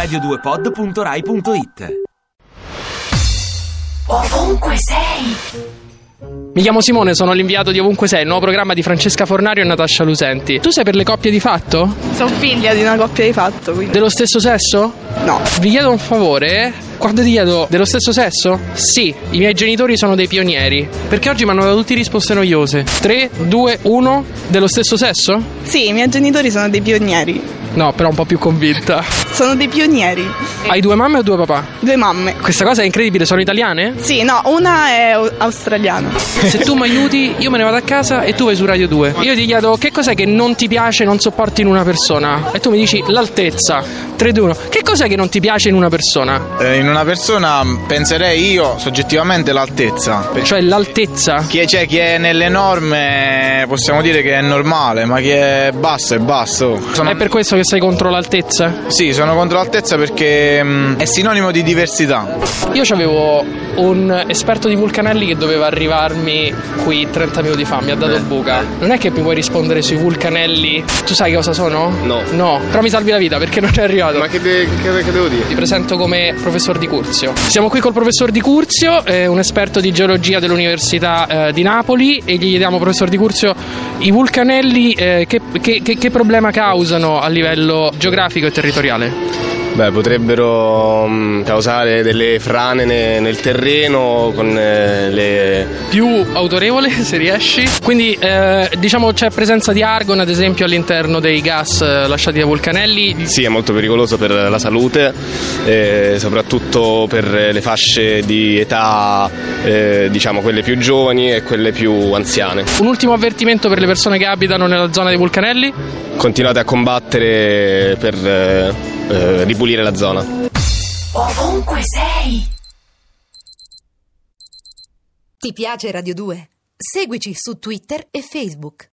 radio2pod.rai.it. Ovunque sei. Mi chiamo Simone, sono l'inviato di Ovunque Sei, il nuovo programma di Francesca Fornario e Natascia Lusenti. Tu sei per le coppie di fatto? Sono figlia di una coppia di fatto, quindi. Dello stesso sesso? No. Vi chiedo un favore. Quando ti chiedo dello stesso sesso? Sì, i miei genitori sono dei pionieri. Perché oggi mi hanno dato tutte risposte noiose. 3, 2, 1. Dello stesso sesso? Sì, i miei genitori sono dei pionieri. No, però un po' più convinta. Sono dei pionieri. Hai due mamme o due papà? Due mamme. Questa cosa è incredibile, sono italiane? Sì, no, una è australiana. Se tu mi aiuti, io me ne vado a casa e tu vai su Radio 2. Io ti chiedo che cos'è che non ti piace, non sopporti in una persona. E tu mi dici l'altezza. 3, 2, 1. Che cos'è che non ti piace in una persona? In una persona penserei io soggettivamente l'altezza. Cioè l'altezza? Chi è nelle norme possiamo dire che è normale, ma chi è basso è basso. È per questo che sei contro l'altezza? Sì, sono contro l'altezza perché è sinonimo di diversità. Io c'avevo un esperto di vulcanelli che doveva arrivarmi qui 30 minuti fa, mi ha dato buca. Non è che mi puoi rispondere sui vulcanelli? Tu sai cosa sono? No, però mi salvi la vita perché non è arrivato. Ma che devo dire? Ti presento come professor Di Curzio. Siamo qui col professor Di Curzio, un esperto di geologia dell'Università di Napoli, e gli chiediamo, professor Di Curzio, i vulcanelli che problema causano a livello geografico e territoriale? Beh, potrebbero causare delle frane nel terreno con le... Più autorevole, se riesci. Quindi diciamo c'è presenza di argon ad esempio all'interno dei gas lasciati dai vulcanelli. Sì, è molto pericoloso per la salute, soprattutto per le fasce di età, diciamo quelle più giovani e quelle più anziane. Un ultimo avvertimento per le persone che abitano nella zona dei vulcanelli? Continuate a combattere per ripulire la zona. Ovunque sei. Ti piace Radio 2? Seguici su Twitter e Facebook.